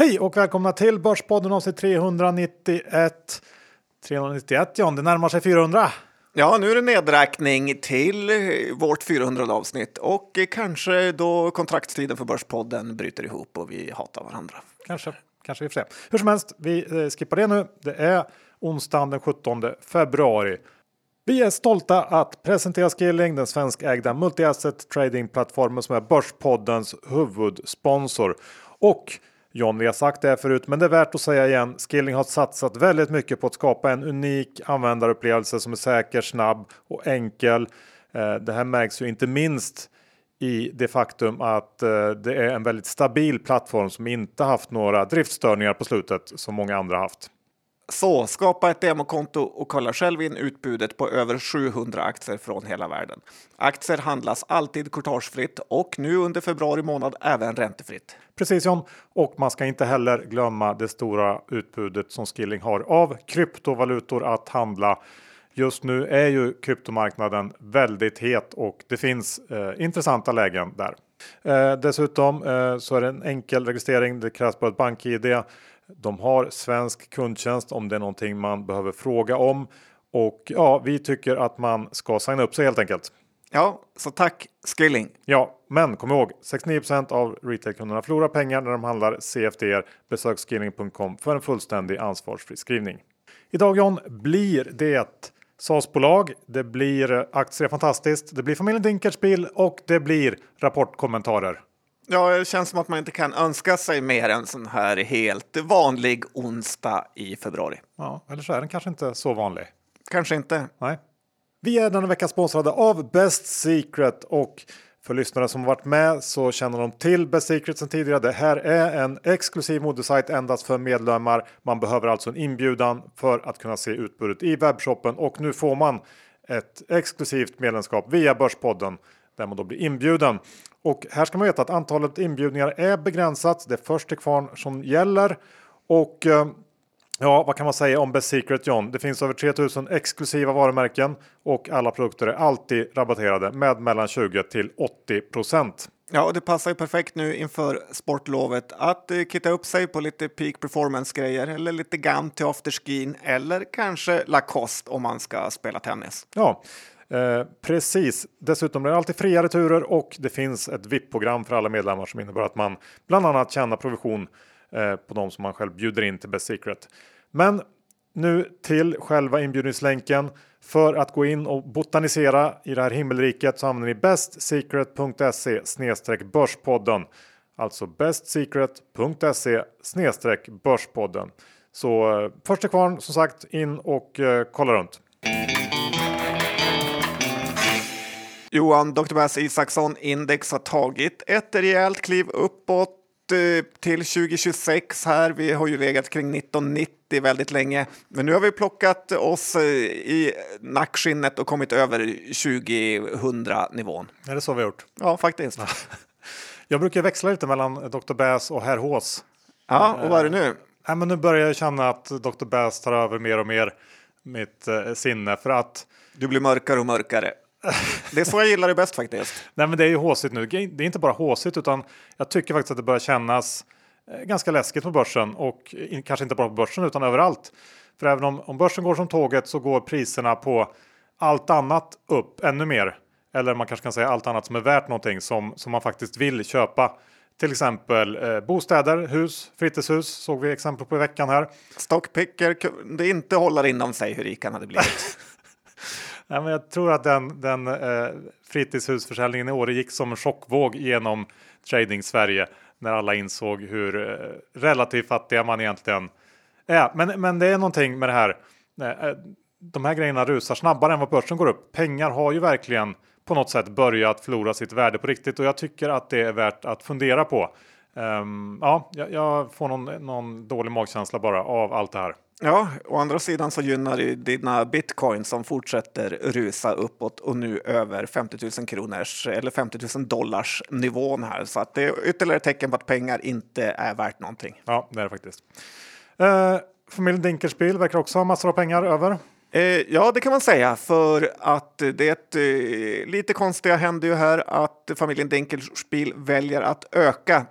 Hej och välkomna till Börspodden avsnitt 391. 391, John, det närmar sig 400. Ja, nu är det nedräkning till vårt 400 avsnitt och kanske då kontraktstiden för Börspodden bryter ihop och vi hatar varandra. Kanske vi får se. Hur som helst, vi skippar det nu. Det är onsdagen den 17 februari. Vi är stolta att presentera Skilling, den svenskägda multi-asset tradingplattformen som är Börspoddens huvudsponsor. Och John, vi har sagt det här förut, men det är värt att säga igen. Skilling har satsat väldigt mycket på att skapa en unik användarupplevelse som är säker, snabb och enkel. Det här märks ju inte minst i det faktum att det är en väldigt stabil plattform som inte haft några driftstörningar på slutet som många andra haft. Så skapa ett demokonto och kolla själv in utbudet på över 700 aktier från hela världen. Aktier handlas alltid courtagefritt och nu under februari månad även räntefritt. Precis John, och man ska inte heller glömma det stora utbudet som Skilling har av kryptovalutor att handla. Just nu är ju kryptomarknaden väldigt het och det finns intressanta lägen där. Dessutom så är det en enkel registrering, det krävs bara ett bank-ID. De har svensk kundtjänst om det är någonting man behöver fråga om. Och ja, vi tycker att man ska signa upp sig helt enkelt. Ja, så tack Skilling. Ja, men kom ihåg, 69% av retailkunderna förlorar pengar när de handlar CFDR. Besök skilling.com för en fullständig ansvarsfri skrivning. Idag John blir det SAS-bolag, det blir aktier fantastiskt, det blir familjen Dinkelspiel och det blir rapportkommentarer. Ja, det känns som att man inte kan önska sig mer än sån här helt vanlig onsdag i februari. Ja, eller så är den kanske inte så vanlig. Kanske inte. Nej. Vi är denna vecka sponsrade av Best Secret och för lyssnare som varit med så känner de till Best Secret sedan tidigare. Det här är en exklusiv modesajt endast för medlemmar. Man behöver alltså en inbjudan för att kunna se utbudet i webbshoppen och nu får man ett exklusivt medlemskap via Börspodden där man då blir inbjuden. Och här ska man veta att antalet inbjudningar är begränsat. Det är först till kvarn som gäller och ja, vad kan man säga om Best Secret John? Det finns över 3000 exklusiva varumärken och alla produkter är alltid rabatterade med mellan 20 till 80%. Ja, och det passar ju perfekt nu inför sportlovet att kitta upp sig på lite peak performance-grejer eller lite gam till afterskin eller kanske Lacoste om man ska spela tennis. Ja, precis. Dessutom är det alltid fria returer och det finns ett VIP-program för alla medlemmar som innebär att man bland annat tjänar provision på de som man själv bjuder in till Best Secret. Men nu till själva inbjudningslänken. För att gå in och botanisera i det här himmelriket så använder ni bestsecret.se/börspodden. Alltså bestsecret.se/börspodden. Så första kvarn som sagt in och kolla runt. Johan, Dr. Bass Isaksson Index har tagit ett rejält kliv uppåt till 2026 här. Vi har ju legat kring 1990 väldigt länge. Men nu har vi plockat oss i nackskinnet och kommit över 2000-nivån. Är det så vi har gjort? Ja, faktiskt. Jag brukar växla lite mellan Dr. Bass och Herr Hås. Ja, och vad är det nu? Men nu börjar jag känna att Dr. Bass tar över mer och mer mitt sinne för att du blir mörkare och mörkare. Det är så jag gillar det bäst faktiskt. Nej, men det är ju håsigt nu. Det är inte bara håsigt utan jag tycker faktiskt att det börjar kännas ganska läskigt på börsen och kanske inte bara på börsen utan överallt. För även om börsen går som tåget så går priserna på allt annat upp ännu mer. Eller man kanske kan säga allt annat som är värt någonting som man faktiskt vill köpa. Till exempel bostäder, hus, fritidshus såg vi exempel på i veckan här. Stockpicker kunde inte hålla inom sig hur rik han hade blivit. Nej, men jag tror att den fritidshusförsäljningen i år gick som en chockvåg genom trading Sverige när alla insåg hur relativt fattiga man egentligen är. Men det är någonting med det här. De här grejerna rusar snabbare än vad börsen går upp. Pengar har ju verkligen på något sätt börjat förlora sitt värde på riktigt och jag tycker att det är värt att fundera på. Jag får någon dålig magkänsla bara av allt det här. Ja, å andra sidan så gynnar det dina bitcoin som fortsätter rusa uppåt och nu över 50 000 kronors eller 50 000 dollars nivån här. Så att det är ytterligare tecken på att pengar inte är värt någonting. Ja, det är det faktiskt. Familjen Dinkelspiel verkar också ha massor av pengar över. Ja, det kan man säga, för att det lite konstiga händer ju här att familjen Dinkelspiel väljer att öka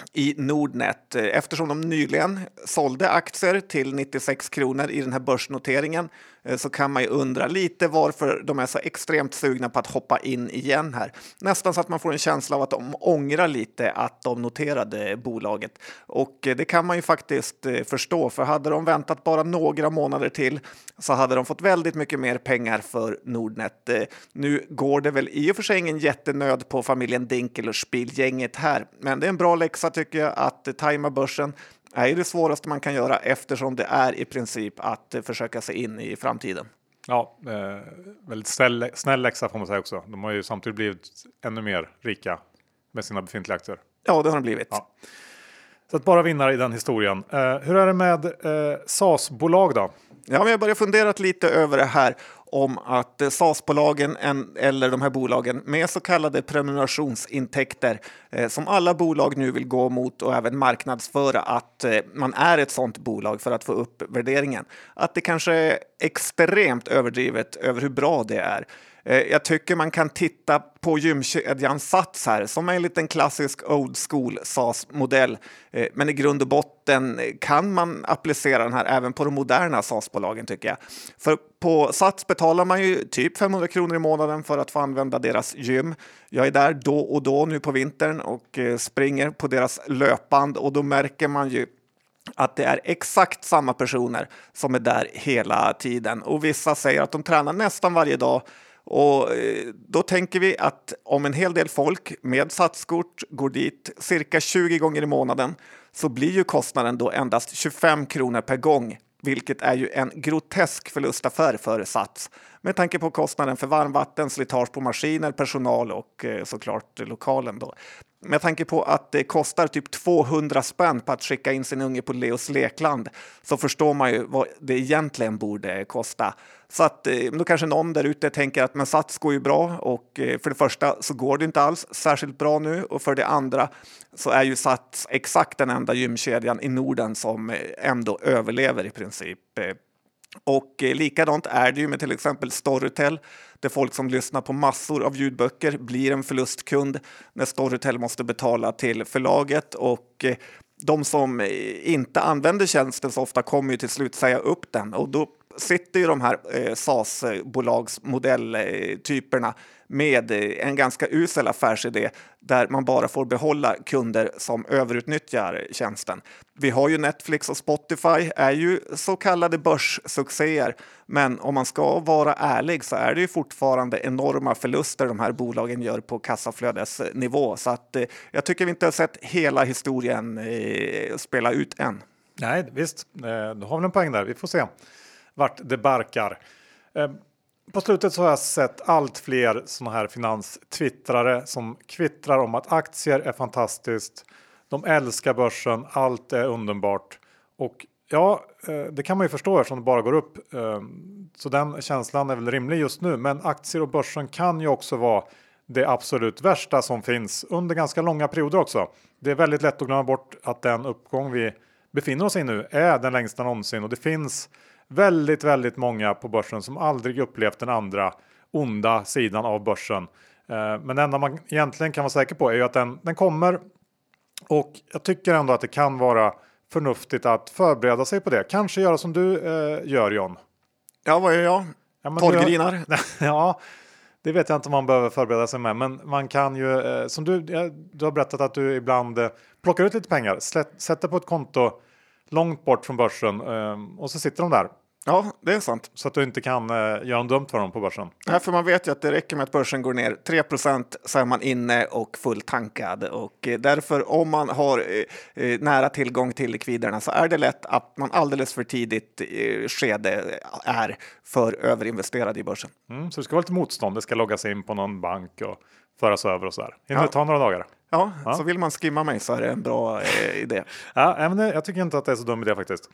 i Nordnet. Eftersom de nyligen sålde aktier till 96 kronor i den här börsnoteringen så kan man ju undra lite varför de är så extremt sugna på att hoppa in igen här. Nästan så att man får en känsla av att de ångrar lite att de noterade bolaget. Och det kan man ju faktiskt förstå, för hade de väntat bara några månader till så hade de fått väldigt mycket mer pengar för Nordnet. Nu går det väl i och för sig ingen jättenöd på familjen Dinkelspiel-gänget här, men det är en bra läxa tycker jag att tajma börsen är ju det svåraste man kan göra eftersom det är i princip att försöka sig in i framtiden. Ja, väldigt snäll läxa får man säga också. De har ju samtidigt blivit ännu mer rika med sina befintliga aktier. Ja, det har de blivit. Ja. Så att bara vinnare i den historien. Hur är det med SAS-bolag då? Ja, men jag börjar fundera lite över det här om att SAS-bolagen eller de här bolagen med så kallade prenumerationsintäkter som alla bolag nu vill gå mot och även marknadsföra att man är ett sådant bolag för att få upp värderingen. Att det kanske är extremt överdrivet över hur bra det är. Jag tycker man kan titta på gymkedjan Sats här som är en liten klassisk old school SAS-modell. Men i grund och botten kan man applicera den här även på de moderna SAS-bolagen tycker jag. För på Sats betalar man ju typ 500 kronor i månaden för att få använda deras gym. Jag är där då och då nu på vintern och springer på deras löpband och då märker man ju att det är exakt samma personer som är där hela tiden. Och vissa säger att de tränar nästan varje dag. Och då tänker vi att om en hel del folk med satskort går dit cirka 20 gånger i månaden så blir ju kostnaden då endast 25 kronor per gång. Vilket är ju en grotesk förlustaffär för Sats. Med tanke på kostnaden för varmvatten, slitage på maskiner, personal och såklart lokalen då. Med tanke på att det kostar typ 200 spänn på att skicka in sin unge på Leos lekland så förstår man ju vad det egentligen borde kosta. Så att då kanske någon där ute tänker att men Sats går ju bra och för det första så går det inte alls särskilt bra nu och för det andra så är ju Sats exakt den enda gymkedjan i Norden som ändå överlever i princip. Och likadant är det ju med till exempel Storytel där folk som lyssnar på massor av ljudböcker blir en förlustkund när Storytel måste betala till förlaget och de som inte använder tjänsten så ofta kommer ju till slut säga upp den och då sitter ju de här SAS-bolagsmodelltyperna med en ganska usel affärsidé där man bara får behålla kunder som överutnyttjar tjänsten. Vi har ju Netflix och Spotify är ju så kallade börssuccéer, men om man ska vara ärlig så är det ju fortfarande enorma förluster de här bolagen gör på kassaflödesnivå. Så att jag tycker vi inte har sett hela historien spela ut än. Nej, visst. Då har vi en poäng där. Vi får se vart det barkar. På slutet så har jag sett allt fler såna här finanstwittrare som kvittrar om att aktier är fantastiskt. De älskar börsen, allt är underbart. Och ja, det kan man ju förstå eftersom det bara går upp. Så den känslan är väl rimlig just nu. Men aktier och börsen kan ju också vara det absolut värsta som finns under ganska långa perioder också. Det är väldigt lätt att glömma bort att den uppgång vi befinner oss i nu är den längsta någonsin. Och det finns väldigt, väldigt många på börsen som aldrig upplevt den andra onda sidan av börsen. Men det enda man egentligen kan vara säker på är ju att den kommer. Och jag tycker ändå att det kan vara förnuftigt att förbereda sig på det. Kanske göra som du gör, John. Ja, vad gör jag? Ja, torrgrinar? Ja, det vet jag inte om man behöver förbereda sig med. Men man kan ju, som du har berättat att du ibland plockar ut lite pengar. Sätter på ett konto långt bort från börsen och så sitter de där. Ja, det är sant. Så att du inte kan göra en dumt för dem på börsen. Ja, för man vet ju att det räcker med att börsen går ner 3% så är man inne och fulltankad. Och därför om man har nära tillgång till likviderna så är det lätt att man alldeles för tidigt skede är för överinvesterad i börsen. Så det ska vara lite motstånd. Det ska loggas in på någon bank och föras över och så där. Hinner det ta några dagar? Ja, så vill man skimma mig så är det en bra idé. Ja, men jag tycker inte att det är så dum idé faktiskt.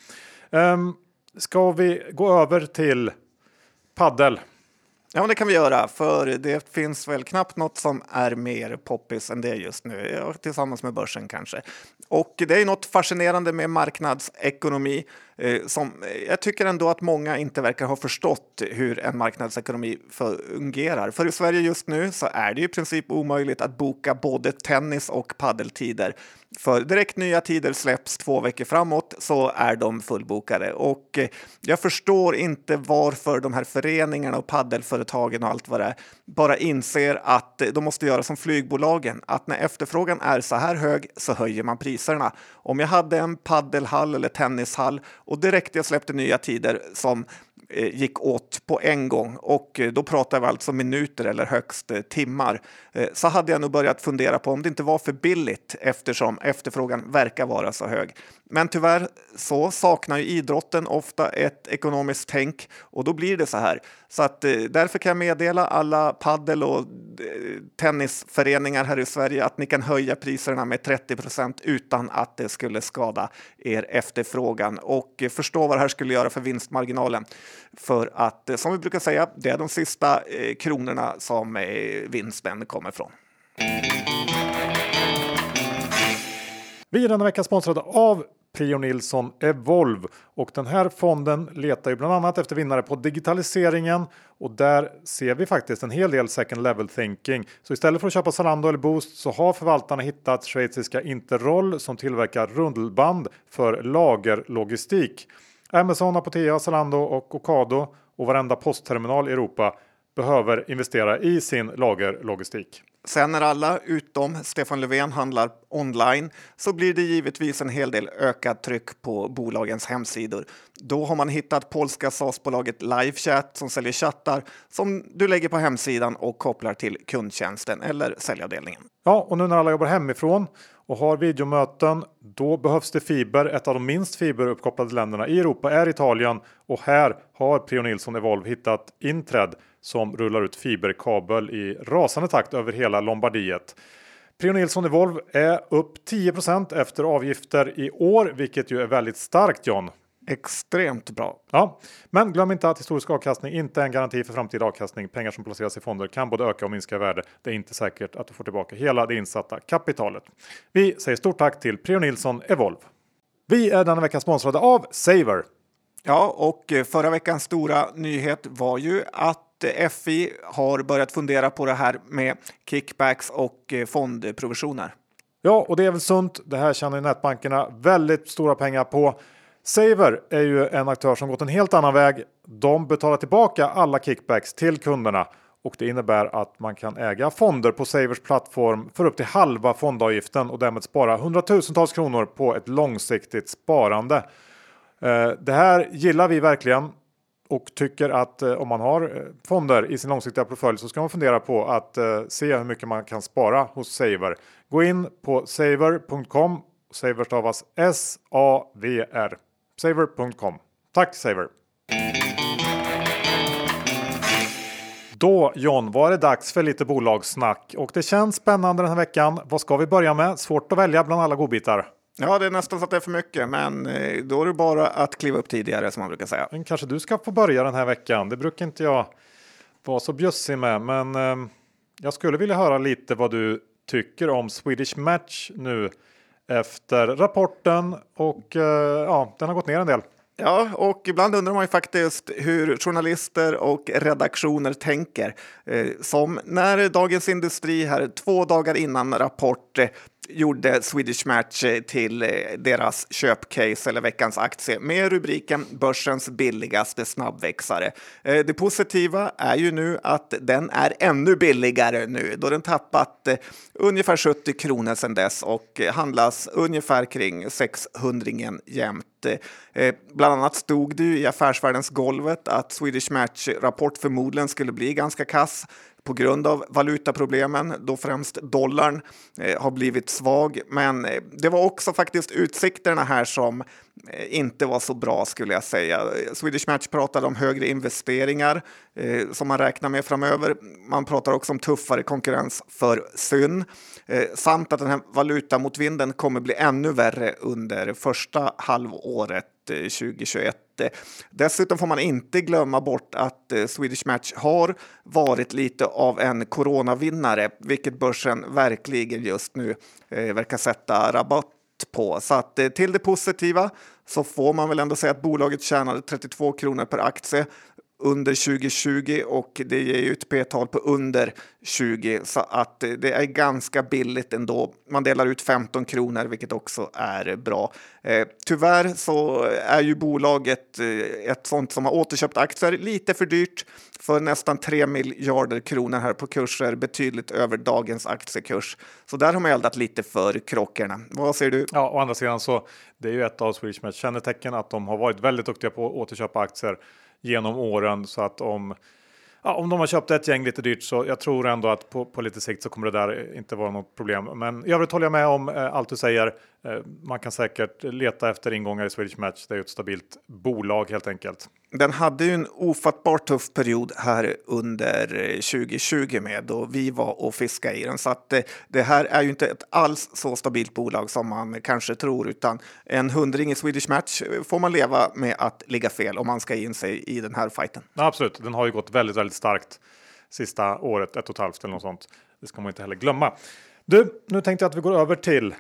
Ska vi gå över till paddel? Ja, det kan vi göra. För det finns väl knappt något som är mer poppis än det just nu. Ja, tillsammans med börsen kanske. Och det är något fascinerande med marknadsekonomi. Jag tycker ändå att många inte verkar ha förstått hur en marknadsekonomi fungerar. För i Sverige just nu så är det ju i princip omöjligt att boka både tennis- och paddeltider. För direkt nya tider släpps 2 veckor framåt så är de fullbokade. Och jag förstår inte varför de här föreningarna och paddelföretagen och allt vad det är bara inser att de måste göra som flygbolagen. Att när efterfrågan är så här hög så höjer man priserna. Om jag hade en paddelhall eller tennishall och direkt jag släppte nya tider som gick åt på en gång och då pratar vi alltså minuter eller högst timmar, så hade jag nog börjat fundera på om det inte var för billigt eftersom efterfrågan verkar vara så hög. Men tyvärr så saknar ju idrotten ofta ett ekonomiskt tänk och då blir det så här. Så att därför kan jag meddela alla paddel- och tennisföreningar här i Sverige att ni kan höja priserna med 30% utan att det skulle skada er efterfrågan. Och förstå vad det här skulle göra för vinstmarginalen. För att, som vi brukar säga, det är de sista kronorna som vinsten kommer från. Vi är denna vecka sponsrade av Prio Nilsson Evolve och den här fonden letar ju bland annat efter vinnare på digitaliseringen och där ser vi faktiskt en hel del second level thinking. Så istället för att köpa Zalando eller Boost så har förvaltarna hittat schweiziska Interroll som tillverkar rundband för lagerlogistik. Amazon, Apotea, Zalando och Ocado och varenda postterminal i Europa behöver investera i sin lagerlogistik. Sen när alla utom Stefan Löfven handlar online så blir det givetvis en hel del ökat tryck på bolagens hemsidor. Då har man hittat polska SaaS-bolaget LiveChat som säljer chattar som du lägger på hemsidan och kopplar till kundtjänsten eller säljavdelningen. Ja, och nu när alla jobbar hemifrån och har videomöten, då behövs det fiber. Ett av de minst fiberuppkopplade länderna i Europa är Italien och här har Prio Nilsson Evolve hittat Intred som rullar ut fiberkabel i rasande takt över hela Lombardiet. Prio Nilsson Evolve är upp 10% efter avgifter i år, vilket ju är väldigt starkt, John. Extremt bra. Ja, men glöm inte att historisk avkastning inte är en garanti för framtida avkastning. Pengar som placeras i fonder kan både öka och minska i värde. Det är inte säkert att du får tillbaka hela det insatta kapitalet. Vi säger stort tack till Prio Nilsson Evolve. Vi är denna vecka sponsrade av Saver. Ja, och förra veckans stora nyhet var ju att FI har börjat fundera på det här med kickbacks och fondprovisioner. Ja, och det är väl sunt. Det här tjänar ju nätbankerna väldigt stora pengar på. Saver är ju en aktör som gått en helt annan väg. De betalar tillbaka alla kickbacks till kunderna och det innebär att man kan äga fonder på Savers plattform för upp till halva fondavgiften och därmed spara hundratusentals kronor på ett långsiktigt sparande. Det här gillar vi verkligen och tycker att om man har fonder i sin långsiktiga portfölj så ska man fundera på att se hur mycket man kan spara hos Saver. Gå in på saver.com. Saver stavas S-A-V-R. Saver.com. Tack Saver! Då John var det dags för lite bolagssnack och det känns spännande den här veckan. Vad ska vi börja med? Svårt att välja bland alla godbitar. Ja, det är nästan så att det är för mycket, men då är det bara att kliva upp tidigare som man brukar säga. Men kanske du ska få börja den här veckan. Det brukar inte jag vara så bjussig med, men jag skulle vilja höra lite vad du tycker om Swedish Match nu efter rapporten och ja, den har gått ner en del. Ja, och ibland undrar man ju faktiskt hur journalister och redaktioner tänker. Som när Dagens Industri här 2 dagar innan rapport gjorde Swedish Match till deras köpcase eller veckans aktie med rubriken börsens billigaste snabbväxare. Det positiva är ju nu att den är ännu billigare nu då den tappat ungefär 70 kronor sedan dess och handlas ungefär kring 600 jämt. Bland annat stod det ju i Affärsvärldens golvet att Swedish Match rapport förmodligen skulle bli ganska kass på grund av valutaproblemen, då främst dollarn har blivit svag. Men det var också faktiskt utsikterna här som inte var så bra skulle jag säga. Swedish Match pratade om högre investeringar som man räknar med framöver. Man pratar också om tuffare konkurrens för Syn. Samt att den här valutamotvinden kommer bli ännu värre under första halvåret 2021. Dessutom får man inte glömma bort att Swedish Match har varit lite av en coronavinnare, vilket börsen verkligen just nu verkar sätta på. Så att till det positiva så får man väl ändå säga att bolaget tjänade 32 kronor per aktie under 2020 och det ger ju ett P-tal på under 20, så att det är ganska billigt ändå. Man delar ut 15 kronor, vilket också är bra. Tyvärr så är ju bolaget ett sånt som har återköpt aktier lite för dyrt, för nästan 3 miljarder kronor här på kurser, betydligt över dagens aktiekurs. Så där har man eldat lite för krockarna. Vad säger du? Ja, å andra sidan så det är ju ett av Swedish Match kännetecken att de har varit väldigt duktiga på att återköpa aktier genom åren, så att om de har köpt ett gäng lite dyrt, så jag tror ändå att på lite sikt så kommer det där inte vara något problem. Men i övrigt håller jag med om allt du säger. Man kan säkert leta efter ingångar i Swedish Match. Det är ju ett stabilt bolag helt enkelt. Den hade ju en ofattbart tuff period här under 2020 med då vi var och fiskade i den. Så att det här är ju inte ett alls så stabilt bolag som man kanske tror, utan en 100 i Swedish Match får man leva med att ligga fel om man ska in sig i den här fighten. Ja, absolut, den har ju gått väldigt, väldigt starkt sista året, 1,5 eller något sånt. Det ska man inte heller glömma. Du, nu tänkte jag att vi går över till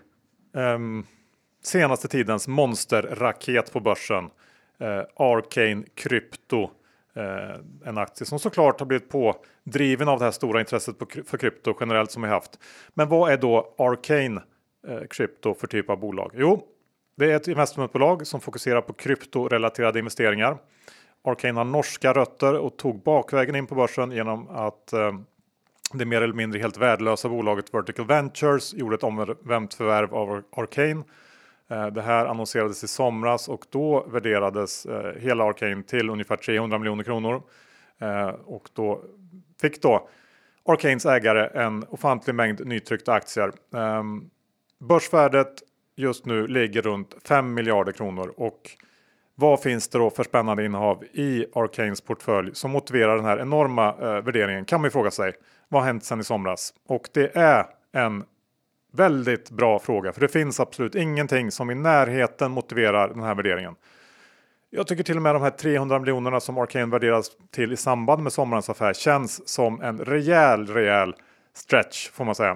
senaste tidens monsterraket på börsen. Arcane Krypto, en aktie som såklart har blivit pådriven av det här stora intresset för krypto generellt som vi haft. Men vad är då Arcane Krypto för typ av bolag? Jo, det är ett investmentbolag som fokuserar på kryptorelaterade investeringar. Arcane har norska rötter och tog bakvägen in på börsen genom att det mer eller mindre helt värdelösa bolaget Vertical Ventures gjorde ett omvänt förvärv av Arcane. Det här annonserades i somras och då värderades hela Arcane till ungefär 300 miljoner kronor. Och då fick Arcanes ägare en ofantlig mängd nytryckta aktier. Börsvärdet just nu ligger runt 5 miljarder kronor. Och vad finns det då för spännande innehav i Arcanes portfölj som motiverar den här enorma värderingen, kan man ju fråga sig. Vad har hänt sedan i somras? Och det är en väldigt bra fråga, för det finns absolut ingenting som i närheten motiverar den här värderingen. Jag tycker till och med de här 300 miljonerna som Arcane värderas till i samband med sommarens affär känns som en rejäl stretch, får man säga.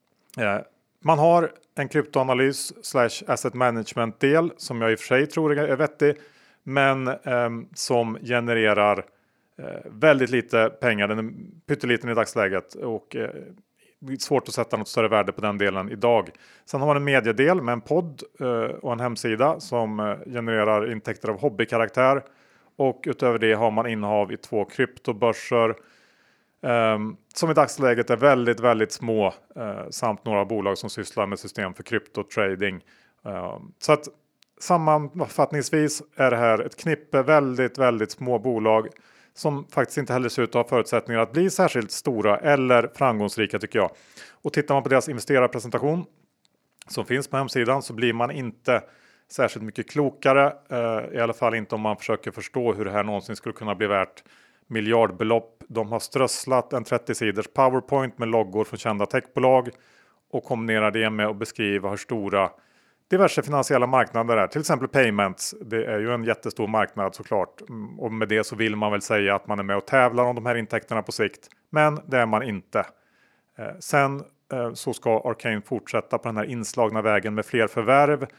Man har en kryptoanalys / asset management del som jag i och för sig tror är vettig, men som genererar väldigt lite pengar. Den är pytteliten i dagsläget och det är svårt att sätta något större värde på den delen idag. Sen har man en mediedel med en podd och en hemsida som genererar intäkter av hobbykaraktär. Och utöver det har man innehav i 2 kryptobörser som i dagsläget är väldigt, väldigt små, samt några bolag som sysslar med system för kryptotrading. Så att sammanfattningsvis är det här ett knippe väldigt, väldigt små bolag som faktiskt inte heller ser ut att ha förutsättningar att bli särskilt stora eller framgångsrika, tycker jag. Och tittar man på deras investerarpresentation som finns på hemsidan, så blir man inte särskilt mycket klokare. I alla fall inte om man försöker förstå hur det här någonsin skulle kunna bli värt miljardbelopp. De har strösslat en 30-siders PowerPoint med loggor från kända techbolag och kombinerar det med att beskriva hur stora diverse finansiella marknader är. Till exempel payments. Det är ju en jättestor marknad såklart. Och med det så vill man väl säga att man är med och tävlar om de här intäkterna på sikt. Men det är man inte. Sen så ska Arcane fortsätta på den här inslagna vägen med fler förvärv.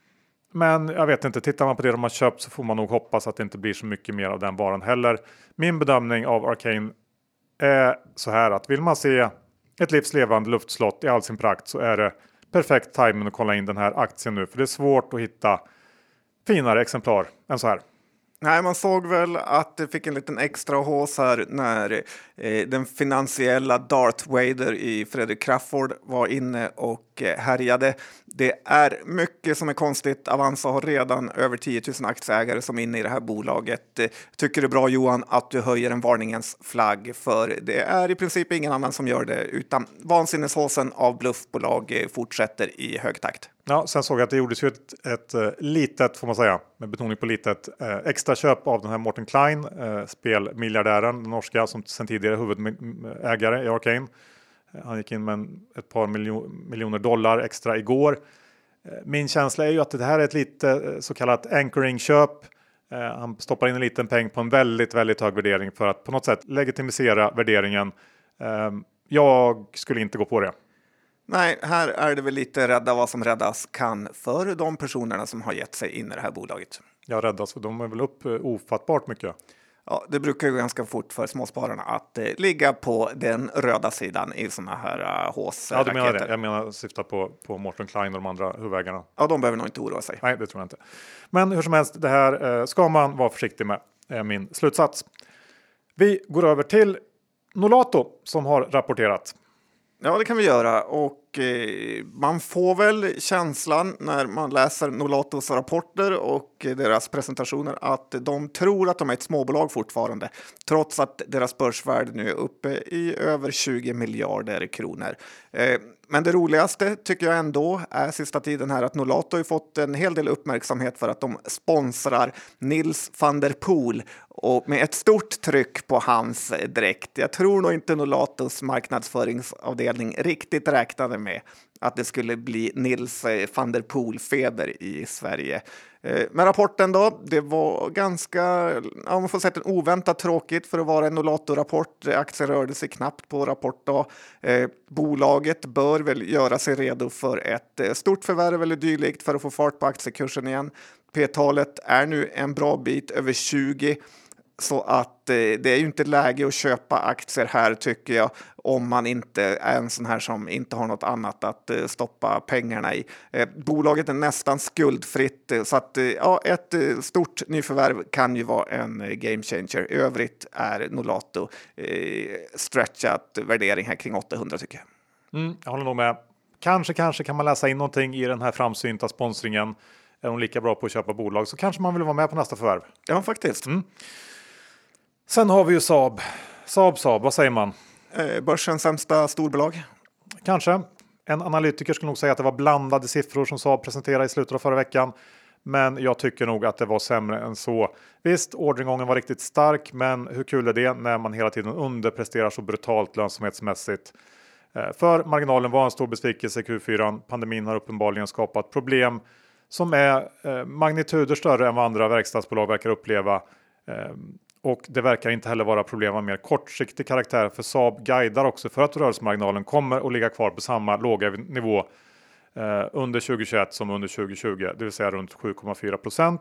Men jag vet inte, tittar man på det de har köpt så får man nog hoppas att det inte blir så mycket mer av den varan heller. Min bedömning av Arcane är så här att vill man se ett livslevande luftslott i all sin prakt så är det perfekt timing att kolla in den här aktien nu. För det är svårt att hitta finare exemplar än så här. Nej, man såg väl att det fick en liten extra hås här när den finansiella Darth Vader i Fredrik Crawford var inne och härjade. Det är mycket som är konstigt. Avanza har redan över 10 000 aktieägare som är inne i det här bolaget. Tycker det är bra, Johan, att du höjer en varningens flagg, för det är i princip ingen annan som gör det, utan vansinneshåsen av bluffbolag fortsätter i hög takt. Ja, sen såg jag att det gjordes ju ett litet, får man säga, med betoning på litet, extra köp av den här Morten Klein, spelmiljardären, den norska, som sen tidigare är huvudägare i Arcane. Han gick in med ett par miljoner dollar extra igår. Min känsla är ju att det här är ett lite så kallat anchoring-köp. Han stoppar in en liten peng på en väldigt, väldigt hög värdering för att på något sätt legitimisera värderingen. Jag skulle inte gå på det. Nej, här är det väl lite rädda vad som räddas kan för de personerna som har gett sig in i det här bolaget. Ja, räddas, för de är väl upp ofattbart mycket. Ja, det brukar ju ganska fort för småspararna att ligga på den röda sidan i såna här hås-raketer. Ja, du menar det. Jag menar syftar på Morten Klein och de andra huvudägarna. Ja, de behöver nog inte oroa sig. Nej, det tror jag inte. Men hur som helst, det här ska man vara försiktig med, är min slutsats. Vi går över till Nolato som har rapporterat. Ja, det kan vi göra och man får väl känslan när man läser Nolatos rapporter och deras presentationer att de tror att de är ett småbolag fortfarande, trots att deras börsvärde nu är uppe i över 20 miljarder kronor. Men det roligaste tycker jag ändå är sista tiden här att Nolato har fått en hel del uppmärksamhet för att de sponsrar Nils van der Poel och med ett stort tryck på hans dräkt. Jag tror nog inte Nolatos marknadsföringsavdelning riktigt räknade med att det skulle bli Nils van der Poel-feber i Sverige. Men rapporten då, det var ganska, ja, man får säga en oväntat tråkigt för att vara en Nolato-rapport. Aktier rörde sig knappt på rapport då. Bolaget bör väl göra sig redo för ett stort förvärv eller dylikt för att få fart på aktiekursen igen. P-talet är nu en bra bit över 20. Så att det är ju inte läge att köpa aktier här tycker jag, om man inte är en sån här som inte har något annat att stoppa pengarna i. Bolaget är nästan skuldfritt så att ja, ett stort nyförvärv kan ju vara en game changer. I övrigt är Nolato stretchat värdering här kring 800 tycker jag. Jag håller nog med. Kanske kan man läsa in någonting i den här framsynta sponsringen. Är de lika bra på att köpa bolag så kanske man vill vara med på nästa förvärv. Ja, faktiskt. Sen har vi ju Saab, vad säger man? Börsens sämsta storbolag. Kanske. En analytiker skulle nog säga att det var blandade siffror som Saab presenterade i slutet av förra veckan. Men jag tycker nog att det var sämre än så. Visst, orderingången var riktigt stark, men hur kul är det när man hela tiden underpresterar så brutalt lönsamhetsmässigt? För marginalen var en stor besvikelse i Q4. Pandemin har uppenbarligen skapat problem som är magnituder större än vad andra verkstadsbolag verkar uppleva. Och det verkar inte heller vara problem av mer kortsiktig karaktär, för Saab guidar också för att rörelsemarginalen kommer att ligga kvar på samma låga nivå under 2021 som under 2020, det vill säga runt 7,4%.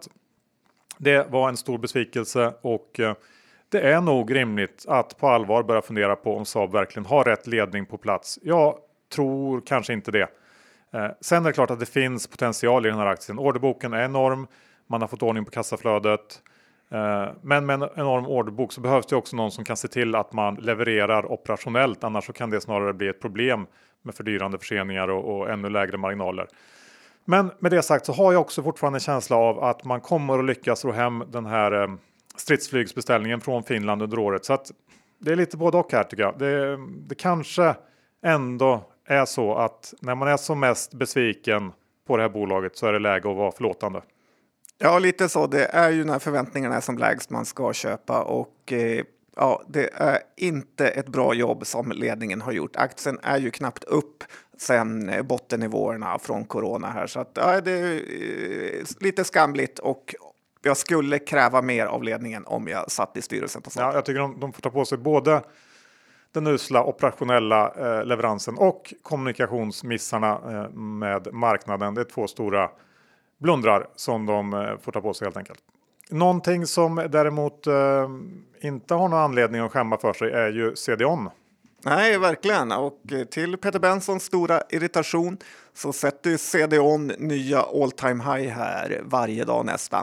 Det var en stor besvikelse och det är nog rimligt att på allvar börja fundera på om Saab verkligen har rätt ledning på plats. Jag tror kanske inte det. Sen är det klart att det finns potential i den här aktien. Orderboken är enorm, man har fått ordning på kassaflödet. Men med en enorm orderbok så behövs det också någon som kan se till att man levererar operationellt. Annars så kan det snarare bli ett problem med fördyrande förseningar och ännu lägre marginaler. Men med det sagt så har jag också fortfarande en känsla av att man kommer att lyckas ro hem den här stridsflygsbeställningen från Finland under året. Så att det är lite både och här tycker jag. Det kanske ändå är så att när man är som mest besviken på det här bolaget så är det läge att vara förlåtande. Ja, lite så. Det är ju när förväntningarna är som lägst man ska köpa och ja, det är inte ett bra jobb som ledningen har gjort. Aktien är ju knappt upp sen bottennivåerna från corona här, så att ja, det är lite skamligt och jag skulle kräva mer av ledningen om jag satt i styrelsen på Saab. Ja, jag tycker de får ta på sig både den usla operationella leveransen och kommunikationsmissarna med marknaden. Det är två stora blundrar som de får ta på sig helt enkelt. Någonting som däremot inte har någon anledning att skämma för sig är ju CDON. Nej, verkligen. Och till Peter Bensons stora irritation så sätter CDON nya all time high här varje dag nästan.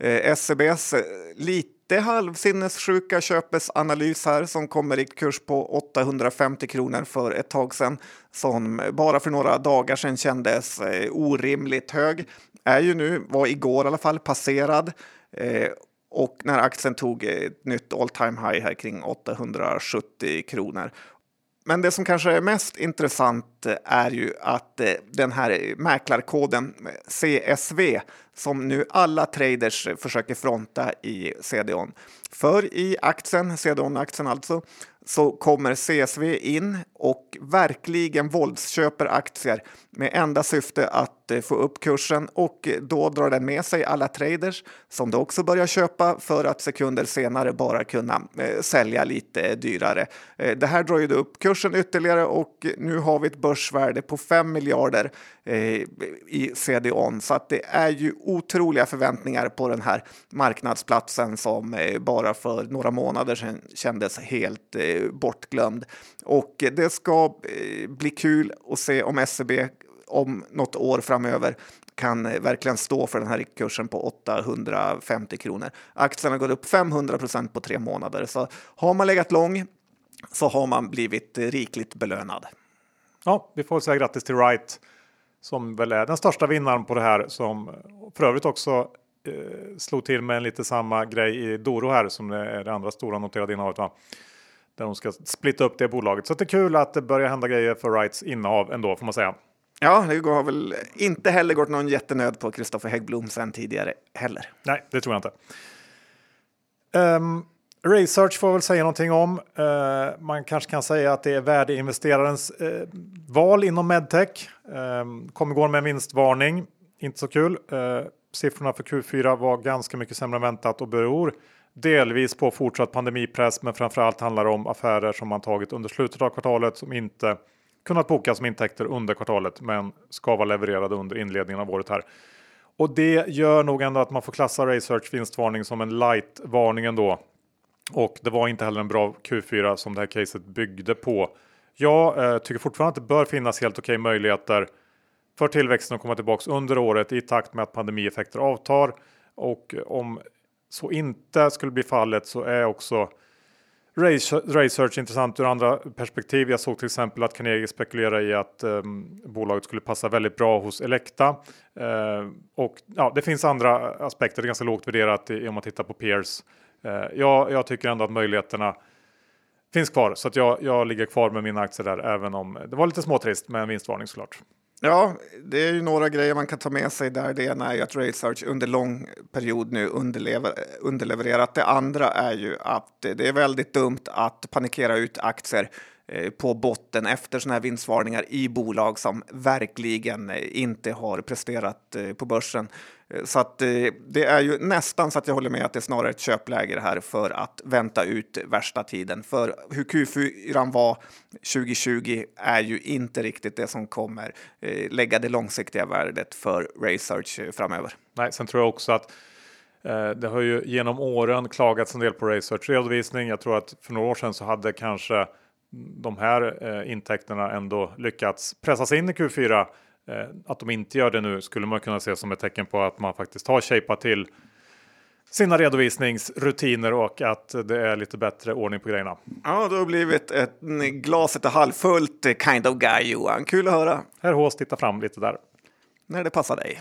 SEBs lite halvsinnessjuka köpesanalys här som kommer i kurs på 850 kronor för ett tag sedan, som bara för några dagar sedan kändes orimligt hög, är ju nu, var igår i alla fall, passerad. Och när aktien tog ett nytt all time high här kring 870 kronor. Men det som kanske är mest intressant är ju att den här mäklarkoden CSV som nu alla traders försöker fronta i CDON. För i aktien, CDON-aktien alltså, så kommer CSV in och verkligen våldsköper aktier med enda syfte att få upp kursen, och då drar den med sig alla traders som då också börjar köpa för att sekunder senare bara kunna sälja lite dyrare. Det här drar ju upp kursen ytterligare, och nu har vi ett börsvärde på 5 miljarder i CDON, så att det är ju otroliga förväntningar på den här marknadsplatsen som bara för några månader sedan kändes helt bortglömd. Och det ska bli kul att se om SEB om något år framöver kan verkligen stå för den här kursen på 850 kronor. Aktien har gått upp 500% på 3 månader, så har man legat lång så har man blivit rikligt belönad. Ja, vi får säga grattis till Wright som väl är den största vinnaren på det här, som för övrigt också slog till med en lite samma grej i Doro här som är det andra stora noterade innehavet, va? Där de ska splitta upp det bolaget. Så det är kul att det börjar hända grejer för Wrights innehav ändå, får man säga. Ja, det har väl inte heller gått någon jättenöd på Christopher Häggblom sen tidigare heller. Nej, det tror jag inte. Research får väl säga någonting om. Man kanske kan säga att det är värdeinvesterarens val inom medtech. Kom igår med en vinstvarning. Inte så kul. Siffrorna för Q4 var ganska mycket sämre än väntat och beror delvis på fortsatt pandemipress, men framförallt handlar det om affärer som man tagit under slutet av kvartalet som inte kunnat bokas som intäkter under kvartalet men ska vara levererade under inledningen av året här. Och det gör nog ändå att man får klassa Research vinstvarning som en light-varning ändå. Och det var inte heller en bra Q4 som det här caset byggde på. Jag tycker fortfarande att det bör finnas helt okej möjligheter för tillväxten att komma tillbaka under året i takt med att pandemieffekter avtar. Och om så inte skulle bli fallet så är också Research intressant ur andra perspektiv. Jag såg till exempel att Carnegie spekulerar i att bolaget skulle passa väldigt bra hos Elekta. Och ja, det finns andra aspekter, det är ganska lågt värderat om man tittar på peers. Jag tycker ändå att möjligheterna finns kvar, så att jag ligger kvar med mina aktier där, även om det var lite småtrist med en vinstvarning såklart. Ja, det är ju några grejer man kan ta med sig där. Det ena är ju att Research under lång period nu underlevererat. Det andra är ju att det är väldigt dumt att panikera ut aktier på botten efter såna här vinstvarningar i bolag som verkligen inte har presterat på börsen. Så att det är ju nästan så att jag håller med att det är snarare ett köpläge här för att vänta ut värsta tiden. För hur Q4 var 2020 är ju inte riktigt det som kommer lägga det långsiktiga värdet för Research framöver. Nej, sen tror jag också att det har ju genom åren klagats en del på Research redovisning. Jag tror att för några år sedan så hade kanske de här intäkterna ändå lyckats pressas in i Q4. Att de inte gör det nu skulle man kunna se som ett tecken på att man faktiskt har shapat till sina redovisningsrutiner och att det är lite bättre ordning på grejerna. Ja, det har blivit ett glaset är halvfullt kind of guy, Johan. Kul att höra. Herr Hås, titta fram lite där. När det passar dig.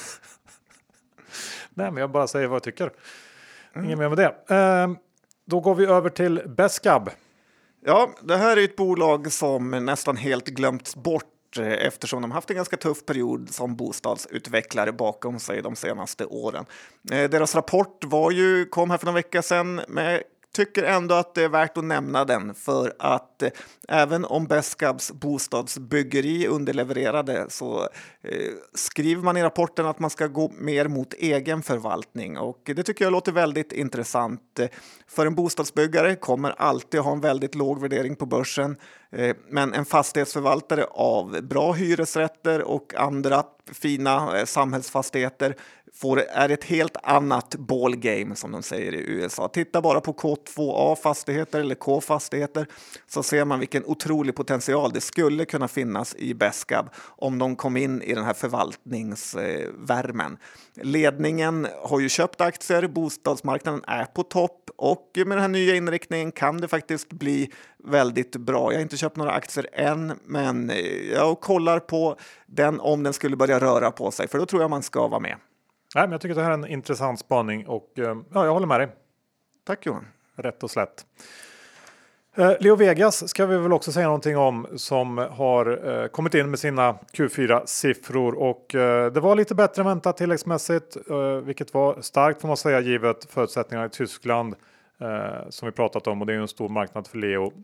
Nej, men jag bara säger vad jag tycker. Ingen mer med det. Då går vi över till Besqab. Ja, det här är ett bolag som nästan helt glömts bort eftersom de haft en ganska tuff period som bostadsutvecklare bakom sig de senaste åren. Deras rapport kom här för några veckor sedan, men tycker ändå att det är värt att nämna den, för att även om Besqabs bostadsbyggeri underlevererade så skriver man i rapporten att man ska gå mer mot egen förvaltning, och det tycker jag låter väldigt intressant. För en bostadsbyggare kommer alltid ha en väldigt låg värdering på börsen, men en fastighetsförvaltare av bra hyresrätter och andra fina samhällsfastigheter är ett helt annat ballgame som de säger i USA. Titta bara på K2A-fastigheter eller K-fastigheter så ser man vilken otrolig potential det skulle kunna finnas i Besqab om de kom in i den här förvaltningsvärmen. Ledningen har ju köpt aktier, bostadsmarknaden är på topp och med den här nya inriktningen kan det faktiskt bli väldigt bra. Jag har inte köpt några aktier än, men jag kollar på den om den skulle börja röra på sig, för då tror jag man ska vara med. Nej, men jag tycker att det här är en intressant spaning och ja, jag håller med dig. Tack Johan. Rätt och slätt. Leo Vegas ska vi väl också säga någonting om, som har kommit in med sina Q4-siffror och det var lite bättre än väntat tilläggsmässigt, vilket var starkt får man säga givet förutsättningarna i Tyskland. som vi pratat om, och det är en stor marknad för Leo.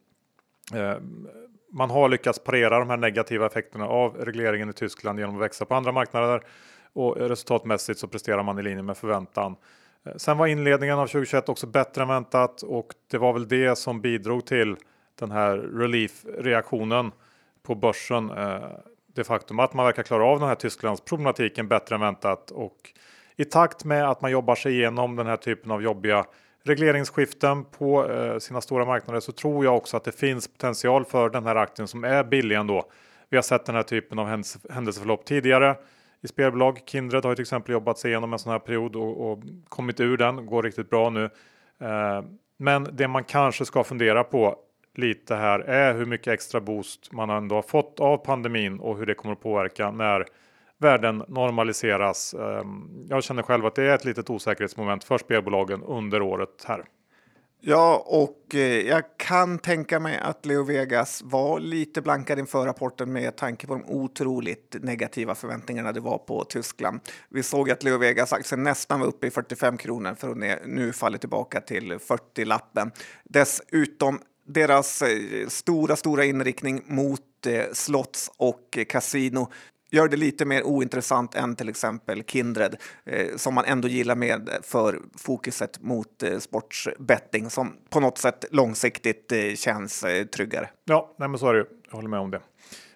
Man har lyckats parera de här negativa effekterna av regleringen i Tyskland genom att växa på andra marknader, och resultatmässigt så presterar man i linje med förväntan. Sen var inledningen av 2021 också bättre än väntat, och det var väl det som bidrog till den här relief-reaktionen på börsen. Det faktum att man verkar klara av den här Tysklands problematiken bättre än väntat, och i takt med att man jobbar sig igenom den här typen av jobbiga regleringsskiften på sina stora marknader, så tror jag också att det finns potential för den här aktien som är billig ändå. Vi har sett den här typen av händelseförlopp tidigare i spelbolag. Kindred har ju till exempel jobbat sig igenom en sån här period och kommit ur den, går riktigt bra nu. Men det man kanske ska fundera på lite här är hur mycket extra boost man ändå har fått av pandemin och hur det kommer att påverka när världen normaliseras. Jag känner själv att det är ett litet osäkerhetsmoment för spelbolagen under året här. Ja, och jag kan tänka mig att Leo Vegas var lite blankad inför rapporten med tanke på de otroligt negativa förväntningarna det var på Tyskland. Vi såg att Leo Vegas aktien nästan var uppe i 45 kronor för att nu faller tillbaka till 40-lappen. Dessutom deras stora inriktning mot slots och kasino gör det lite mer ointressant än till exempel Kindred, som man ändå gillar med för fokuset mot sportsbetting, som på något sätt långsiktigt känns tryggare. Ja, nej men så är det ju. Jag håller med om det.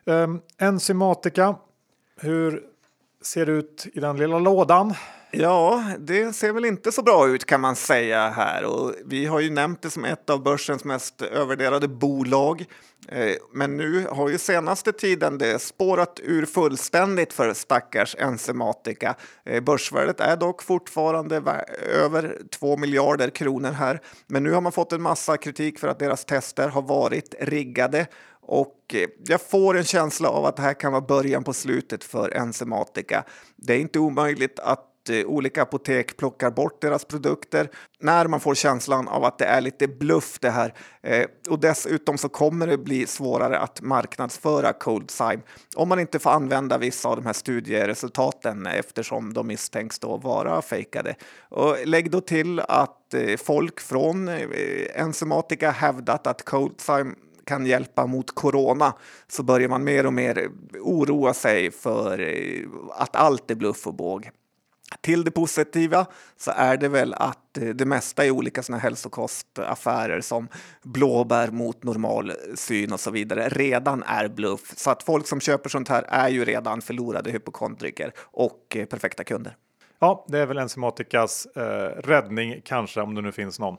Enzymatica, hur ser det ut i den lilla lådan? Ja, det ser väl inte så bra ut kan man säga här, och vi har ju nämnt det som ett av börsens mest övervärderade bolag. Men nu har ju senaste tiden det spårat ur fullständigt för stackars Enzymatica. Börsvärdet är dock fortfarande över 2 miljarder kronor här. Men nu har man fått en massa kritik för att deras tester har varit riggade. Och jag får en känsla av att det här kan vara början på slutet för Enzymatica. Det är inte omöjligt att olika apotek plockar bort deras produkter när man får känslan av att det är lite bluff det här. Och dessutom så kommer det bli svårare att marknadsföra ColdZyme om man inte får använda vissa av de här studieresultaten eftersom de misstänks då vara fejkade. Och lägg då till att folk från Enzymatica hävdat att ColdZyme kan hjälpa mot corona, så börjar man mer och mer oroa sig för att allt är bluff och båg. Till det positiva så är det väl att det mesta i olika såna hälsokostaffärer som blåbär mot normal syn och så vidare redan är bluff. Så att folk som köper sånt här är ju redan förlorade hypokondriker och perfekta kunder. Ja, det är väl Enzymaticas räddning kanske, om det nu finns någon.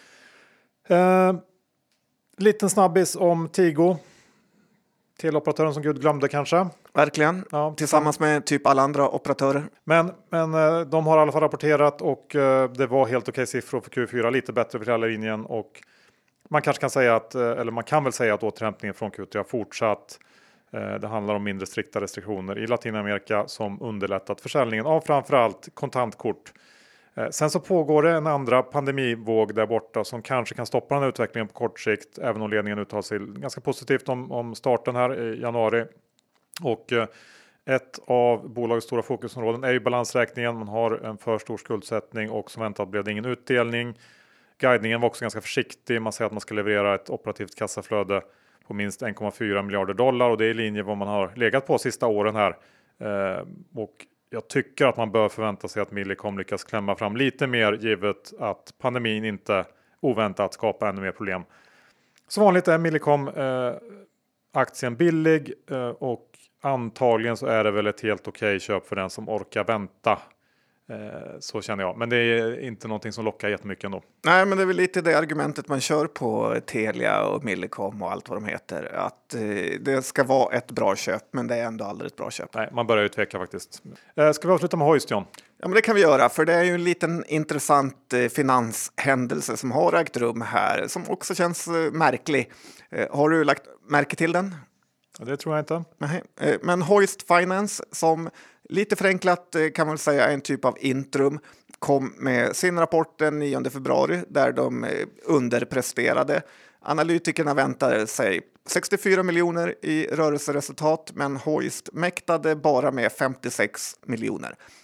Liten snabbis om Tigo. Teleoperatören som Gud glömde kanske. Verkligen, ja, tillsammans med typ alla andra operatörer. Men de har i alla fall rapporterat, och det var helt okej siffror för Q4, lite bättre för hela linjen, och man kanske kan säga att, eller man kan väl säga att återhämtningen från Q3 har fortsatt. Det handlar om mindre strikta restriktioner i Latinamerika som underlättat försäljningen av framförallt kontantkort. Sen så pågår det en andra pandemivåg där borta som kanske kan stoppa den här utvecklingen på kort sikt, även om ledningen uttalar sig ganska positivt om starten här i januari. Och ett av bolagets stora fokusområden är ju balansräkningen. Man har en för stor skuldsättning, och som väntat blev det ingen utdelning. Guidningen var också ganska försiktig. Man säger att man ska leverera ett operativt kassaflöde på minst 1,4 miljarder dollar, och det är i linje vad man har legat på sista åren här. Och jag tycker att man bör förvänta sig att Millicom lyckas klämma fram lite mer, givet att pandemin inte oväntat skapar ännu mer problem. Som vanligt är Millicom aktien billig, och antagligen så är det väl ett helt okej köp för den som orkar vänta. Så känner jag. Men det är inte någonting som lockar jättemycket ändå. Nej, men det är väl lite det argumentet man kör på Telia och Millicom och allt vad de heter. Att det ska vara ett bra köp, men det är ändå aldrig ett bra köp. Nej, man börjar ju tveka faktiskt. Ska vi avsluta med Hoist, John? Ja, men det kan vi göra, för det är ju en liten intressant finanshändelse som har ägt rum här, som också känns märklig. Har du lagt märke till den? Det tror jag inte. Nej. Men Hoist Finance, som lite förenklat kan man säga är en typ av Intrum, kom med sin rapport den 9 februari där de underpresterade. Analytikerna väntade sig 64 miljoner i rörelseresultat, men Hoist mäktade bara med 56 miljoner.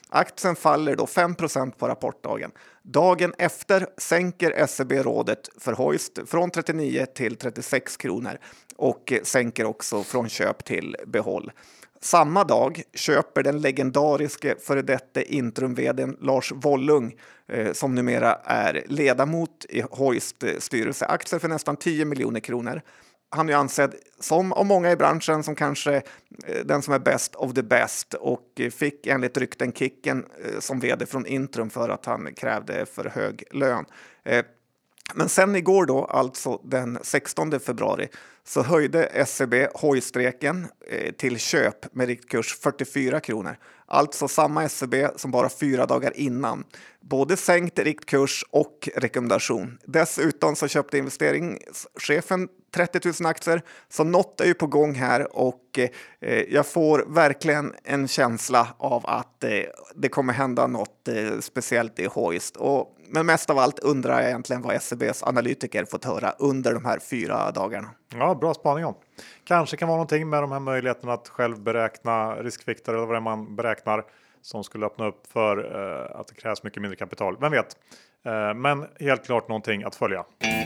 Aktien faller då 5% på rapportdagen. Dagen efter sänker SEB-rådet för Hoist från 39 till 36 kronor och sänker också från köp till behåll. Samma dag köper den legendariske före detta interim-vdn Lars Wollung, som numera är ledamot i Hoist styrelse, aktier för nästan 10 miljoner kronor. Han är ansedd som av många i branschen som kanske den som är best of the best och fick enligt rykten kicken som vd från Intrum för att han krävde för hög lön. Men sen igår då, alltså den 16 februari, så höjde SEB hojstreken till köp med riktkurs 44 kronor. Alltså samma SEB som bara 4 dagar innan. Både sänkt riktkurs och rekommendation. Dessutom så köpte investeringschefen 30 000 aktier. Så något är ju på gång här och jag får verkligen en känsla av att det kommer hända något speciellt i Hoist. Men mest av allt undrar jag egentligen vad SEBs analytiker fått höra under de här 4 dagarna. Ja, bra spaning om. Kanske kan vara någonting med de här möjligheterna att själv beräkna riskvikter eller vad det är man beräknar som skulle öppna upp för att det krävs mycket mindre kapital. Vem vet? Men helt klart någonting att följa.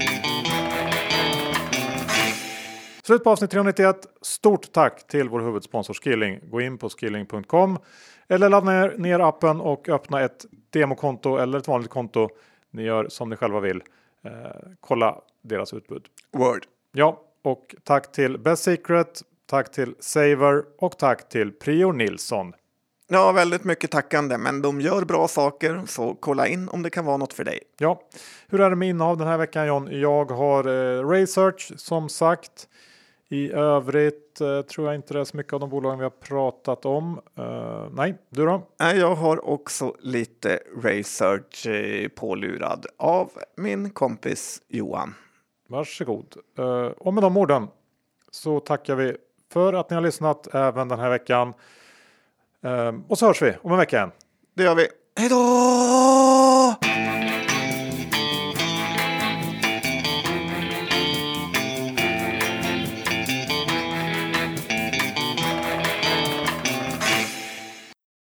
Slut på avsnitt 391. Stort tack till vår huvudsponsor Skilling. Gå in på skilling.com eller ladda ner appen och öppna ett demokonto eller ett vanligt konto. Ni gör som ni själva vill. Kolla deras utbud. Word. Ja, och tack till Best Secret, tack till Saver och tack till Prior Nilsson. Ja, väldigt mycket tackande, men de gör bra saker, så kolla in om det kan vara något för dig. Ja, hur är det med innehav den här veckan, John? Jag har Research som sagt. I övrigt tror jag inte det är så mycket av de bolagen vi har pratat om. Nej, du då? Nej, jag har också lite Research pålurad av min kompis Johan. Varsågod. Och med de orden så tackar vi för att ni har lyssnat även den här veckan. Och så hörs vi om en vecka igen. Det gör vi. Hej då!